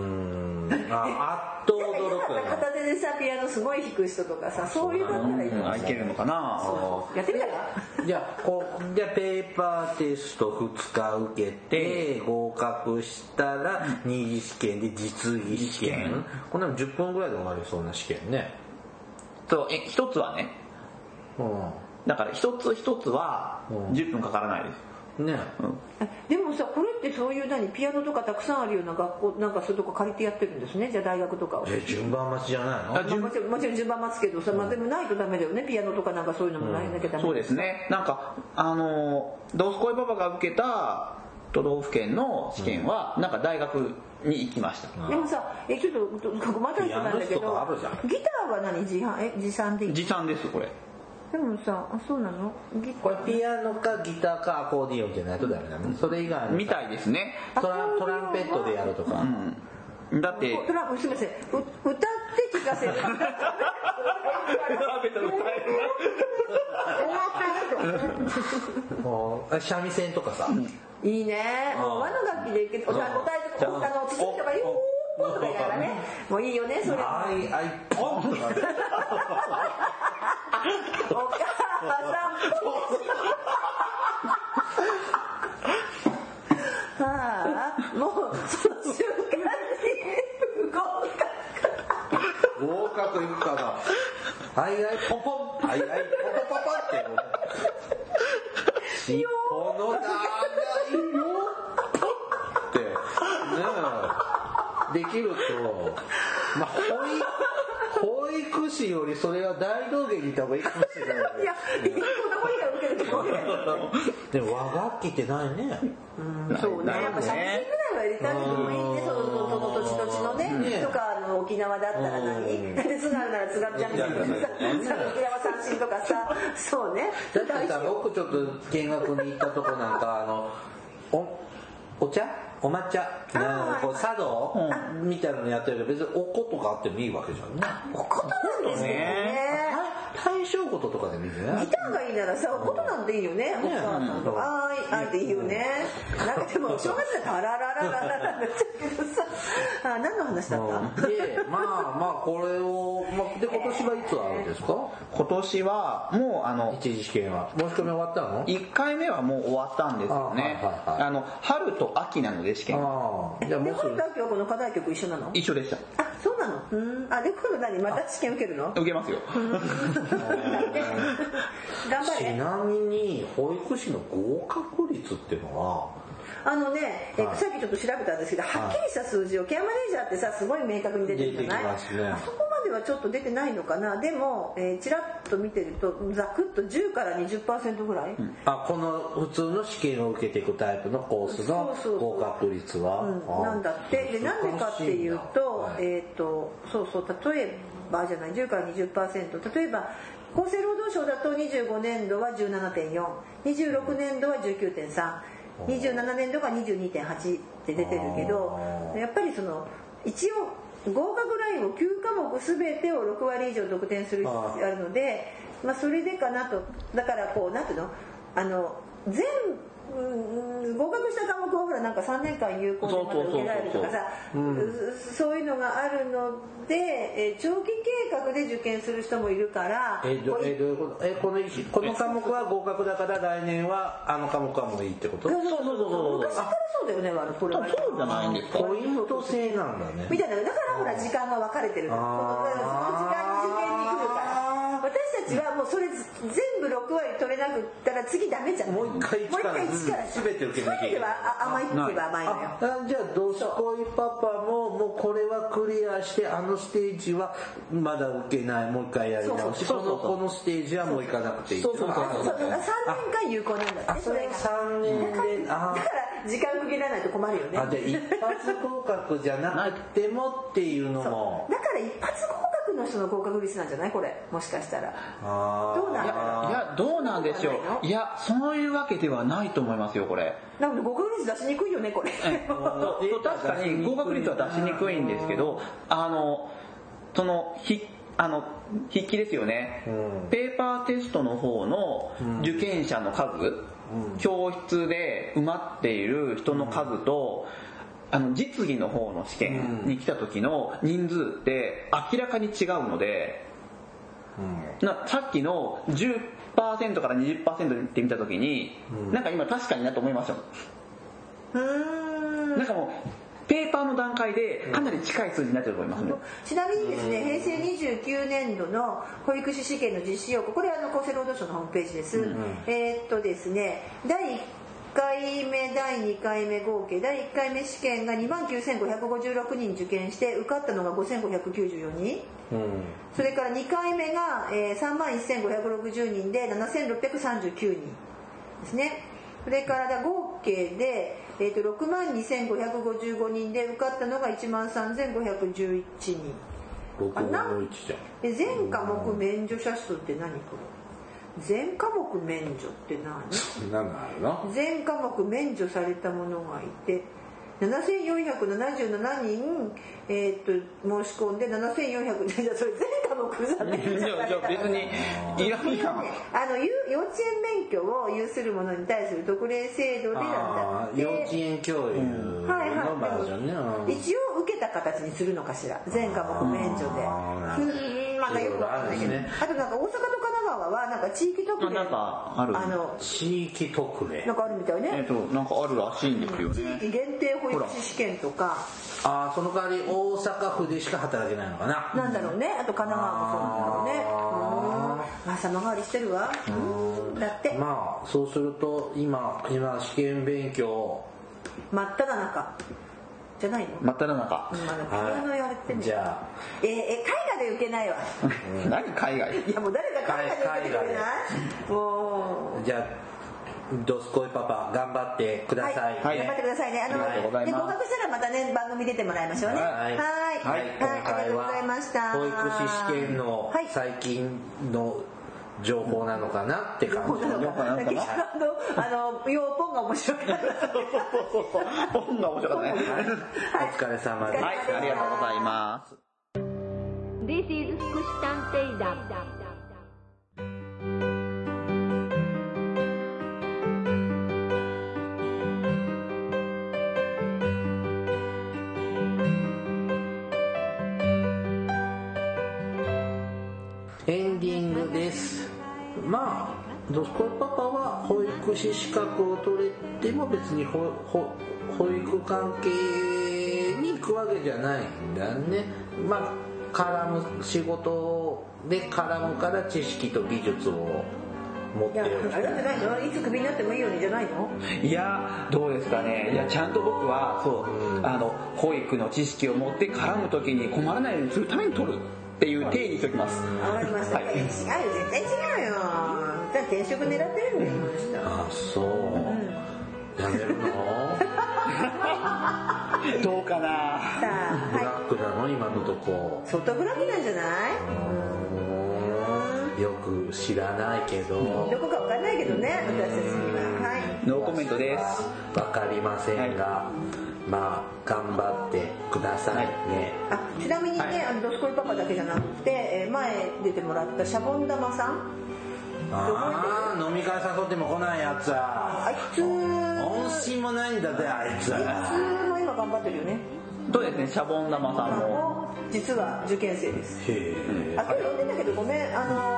あっと驚く。 片手でさピアノすごい弾く人とかさ、そういうだったらいいかも。 いけるのかな。 やってみたら。 じゃあペーパーテスト2日受けて合格したら二次試験で実技試験。こんなの10分ぐらいで終わりそうな試験ね。 そう、一つはね。だから一つ一つは10分かからないです。 ね、 でもさ、これってそういうピアノとかたくさんあるような学校なんかそういうとこ借りてやってるんですね。じゃあ大学とかは順番待ちじゃないの？ もちろん順番待つけどさ、でもないとダメだよね。ピアノとかなんかそういうのもないんだけど、 そうですね。なんかドスコイパパが受けた都道府県の試験はなんか大学に行きました。 でもさ、ちょっとここまた人なんだけど、ギターは何？持参で？ 持参ですこれ。 でもさ、そうなの？ これピアノかギターかアコーディオンじゃないとダメなの？それ以外みたいですね。 トランペットでやるとか。 だってすみません、歌っって聞かせる三味線とかさ、 いいね。もう和の楽器でお歌いとか筒とかよーとかやらね、もういいよねそれ。 あいポンとかね。 お母さんもうその瞬間に合格いくかな。あいポンポン、あいポンポンポンって尻尾の長いよってねできると、まあ保育士よりそれは大道芸に行った方がいいかもしれない。 いや、いい子供には受けるけどね。 でも和楽器ってないね。 そうね、やっぱ三味線ぐらいはやりたいけどもいいね、その土地土地のね、とか沖縄だったら何？だって津軽なら津軽三味線とかさ、沖縄三線とかさ、そうね。 だってさ、僕ちょっと見学に行ったとこなんかお茶？お抹茶、こう茶道みたいなのやってるけど、別におことかあってもいいわけじゃんね。 おことなんですね。 大正琴とかでもいいね。 ギターがいいならさ、おことなんていいよね。お母さんとか、あーいっていいよね。なんかでも正月でタララララララなっちゃうけどさ、何の話だった？ で、まあこれを、で今年はいつあるんですか？ 今年はもう一次試験は申し込み終わったの ？1回目はもう終わったんですよね。春と秋なので試験。 じゃあ春と秋はこの課題曲一緒なの？ 一緒でした。 あ、そうなの？で今度何？また試験受けるの？ 受けますよ。 頑張れ。 ちなみに保育士の合格率っていうのはさっきちょっと調べたんですけど、はっきりした数字をケアマネージャーってさすごい明確に出てるじゃない？あそこまではちょっと出てないのかな。でもちらっと見てるとざくっと10から 20% ぐらい、 この普通の試験を受けていくタイプのコースの合格率はなんだって。でなんでかっていうと、例えばじゃない10から 20%、 例えば厚生労働省だと25年度は 17.4、 26年度は 19.3、27年度が 22.8 って出てるけど、やっぱりその一応合格ラインを9科目全てを6割以上得点する必要があるので、それでかなと。だからこうなんていうの、全合格した科目はほらなんか3年間有効でまた受けられるとかさ、そういうのがあるので、長期計画で受験する人もいるから、 この科目は合格だから来年はあの科目はもういいってこと？ そう昔からそうだよね。これはそうじゃないんですか？ ポイント制なんだね。 みたいな。だからほら時間が分かれてる。この時間に受験に来るから。私たちはもうそれ全部6割取れなくったら次ダメじゃん。 もう一回一から全て受けなきゃいけない。 甘いって言えば甘いのよ。 じゃあどすこいパパももうこれはクリアして、ステージはまだ受けない、もう一回やり直し、このステージはもう行かなくていい。3年間有効なんだって。 それ3年でだから時間受けられないと困るよね。 じゃあ一発合格じゃなくてもっていうのも。 だから一発合格の人の合格率なんじゃないこれ、もしかしたら。どうなんだろう。 いやどうなんでしょう。いやそういうわけではないと思いますよこれ。 なんか合格率出しにくいよねこれ。 確かに合格率は出しにくいんですけど、その筆記ですよね、ペーパーテストの方の受験者の数、教室で埋まっている人の数と、実技の方の試験に来た時の人数って明らかに違うので、さっきの 10% から 20% って見た時に、なんか今確かになと思いました。なんかもうペーパーの段階でかなり近い数字になってると思いますね。 ちなみにですね、平成29年度の保育士試験の実施要項、これは厚生労働省のホームページです。ですね、第1回目第2回目合計第1回目試験が 29,556 人受験して受かったのが 5,594 人、それから2回目が 31,560 人で 7,639人ですね。それから合計で62,555 人で受かったのが 13,511 人。 6分の1じゃん。 全科目免除者数って何これ？全科目免除って何？ 何があるの？ 全科目免除されたものがいて、 7477人、申し込んで7400人、それ全科目さね。 いや別にいらんやん。 幼稚園免許を有する者に対する特例制度でなんだって。 幼稚園教育のバージョンね。 一応受けた形にするのかしら、全科目免除で。まだよくわかんないけど、あとなんか大阪と神奈川はなんか地域特例、 なんかある、 地域特例なんかあるみたいね。 なんかあるらしいんですよね。 地域限定保育士試験とか。 その代わり大阪府でしか働けないのかな。 なんだろうね。あと神奈川もそうなんだろうね。様変わりしてるわ。だって。 まあそうすると今試験勉強真っ只中じゃないの？ 真っ只中。 じゃあ海外で受けないわ。 何海外？ いやもう誰か海外で受けてくれない？もう。 じゃあドスコイパパ頑張ってください。 頑張ってくださいね。合格したらまたね番組出てもらいましょうね。はい。ありがとうございました。 保育士試験の最近の情報なのかなって感じ。 要ポンが面白かった。 ポンが面白かったね。 お疲れ様です。 はい、ありがとうございます。 This is 福祉探偵団。 エンディングです。まあドスコイパパは保育士資格を取れても別に保育関係に行くわけじゃないんだね。まあ仕事で絡むから知識と技術を持ってる。 あれなんじゃないの？いつクビになってもいいようにじゃないの？ いやどうですかね。いやちゃんと僕はそう保育の知識を持って絡む時に困らないようにするために取るっていう定義にしておきます。 わかりました。違うよ、絶対違うよ。だって転職狙ってるんだよ。 そう。やめるの？ どうかな。 ブラックなの今のとこ。 相当ブラックなんじゃない？ よく知らないけど。 どこかわかんないけどね、私たちには。はい。 ノーコメントです。 わかりませんが。まあ頑張ってくださいね。 ちなみにね、ドスコイパパだけじゃなくて、前出てもらったシャボン玉さん。 飲み会誘っても来ないやつは。 あいつ音信もないんだぜあいつ。 あいつも今頑張ってるよね。 そうですね、シャボン玉さんも実は受験生です。 へえ。 これ呼んでたけどごめん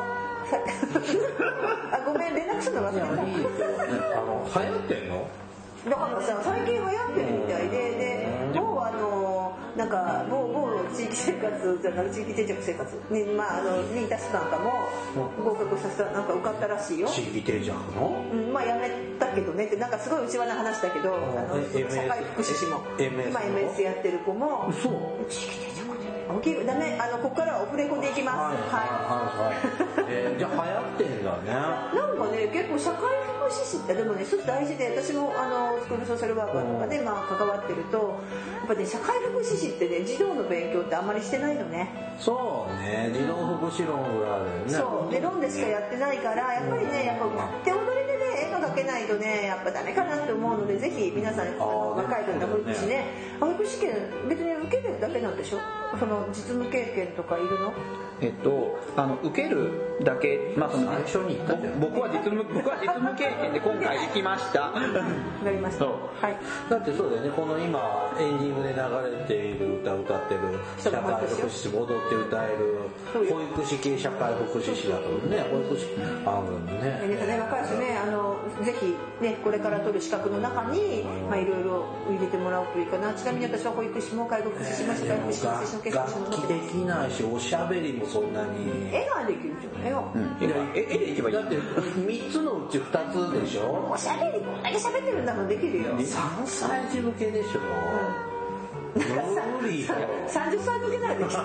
ごめん連絡するの忘れた。 流行ってんの？ だからさ最近流行ってるみたいでもうなんか某地域生活じゃなく地域定着生活ににいた人なんかも合格させたなんか受かったらしいよ。 地域定着の？ まあやめたけどねってなんかすごい内輪な話だけど社会福祉士も今 MS やってる子も地域定着でダメここからはオフレコでいきます。 じゃあ流行ってんだね。 なんかね結構社会福祉士ってでもね一つ大事で私もスクールソーシャルワーカーとかで関わってるとやっぱね社会福祉士ってね児童の勉強ってあんまりしてないのね。 そうね児童福祉論があるよね。 そうで論でしかやってないからやっぱりねやっぱ手踊りでね絵が描けないとねやっぱダメかなって思うのでぜひ皆さん若い方の保育士ね保育士試験別に受けるだけなんでしょ？その実務経験とかいるの？ 受けるだけ、まあその最初に言ったじゃん。 僕は実務経験で今回行きました。 なりました。はい。 だってそうだよね。この今エンディングで流れている歌ってる社会福祉士踊って歌える保育士系社会福祉士だとね保育士あるんね。 皆さんね若い人ねぜひねこれから取る資格の中にいろいろ入れてもらうといいかな。ちなみに私は保育士も介護福祉士も社会福祉士も楽器できないしおしゃべりもそんなに絵ができるじゃん。 絵でいけばいい。 だって3つのうち2つでしょ。 おしゃべりこんだけ喋ってるんだもんできるよ。 3歳児向けでしょ。無理よ。 30歳向けならできる。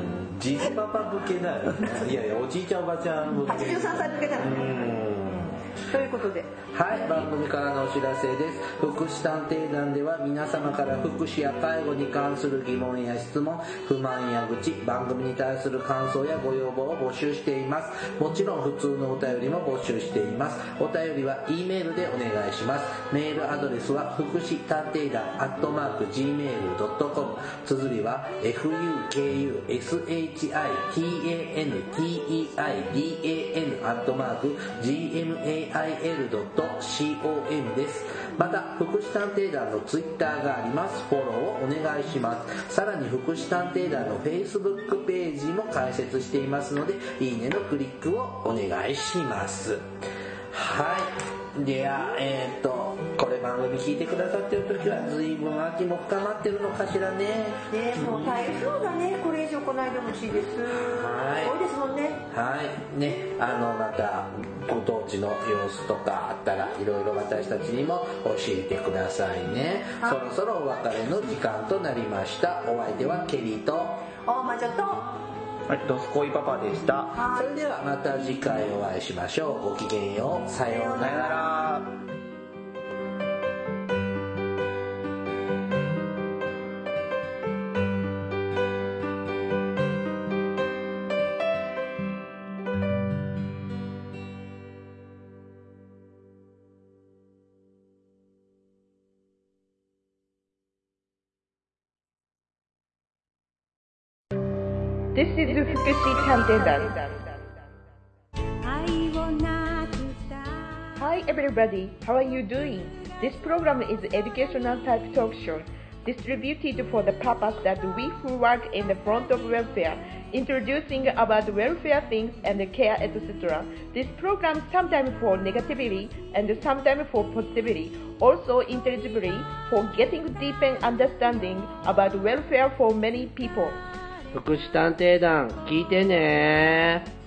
じいパパ向けだよね。いやいやおじいちゃんおばちゃん向け。 83歳向けだよね。 ということで、 はい、番組からのお知らせです。福祉探偵団では皆様から福祉や介護に関する疑問や質問、不満や愚痴、番組に対する感想やご要望を募集しています。もちろん普通のお便りも募集しています。お便りは E メールでお願いします。メールアドレスは福祉探偵団@gmail.com、 綴りは fukushitanteidan@gmail.com です。また福祉探偵団のツイッターがあります。フォローをお願いします。さらに福祉探偵団の Facebook ページも開設していますので、いいねのクリックをお願いします。はい、ではこれ番組聞いてくださってる時は随分秋も深まってるのかしらね。 もう台風がね、これ以上来ないでほしいです。 はい、 多いですもんね。 はいね、またご当地の様子とかあったらいろいろ私たちにも教えてくださいね。そろそろお別れの時間となりました。お相手はケリーと大魔女と、 はい、ドスコイパパでした。 それではまた次回お会いしましょう。ごきげんよう。さようなら。 This is 福祉探偵団。Hi everybody, how are you doing? This program is educational type talk show distributed for the purpose that we who work in the front of welfare, introducing about welfare things and care, etc. This program sometimes for negativity and sometimes for positivity, also intelligibly for getting deeper understanding about welfare for many people. 福祉探偵団聞いてね。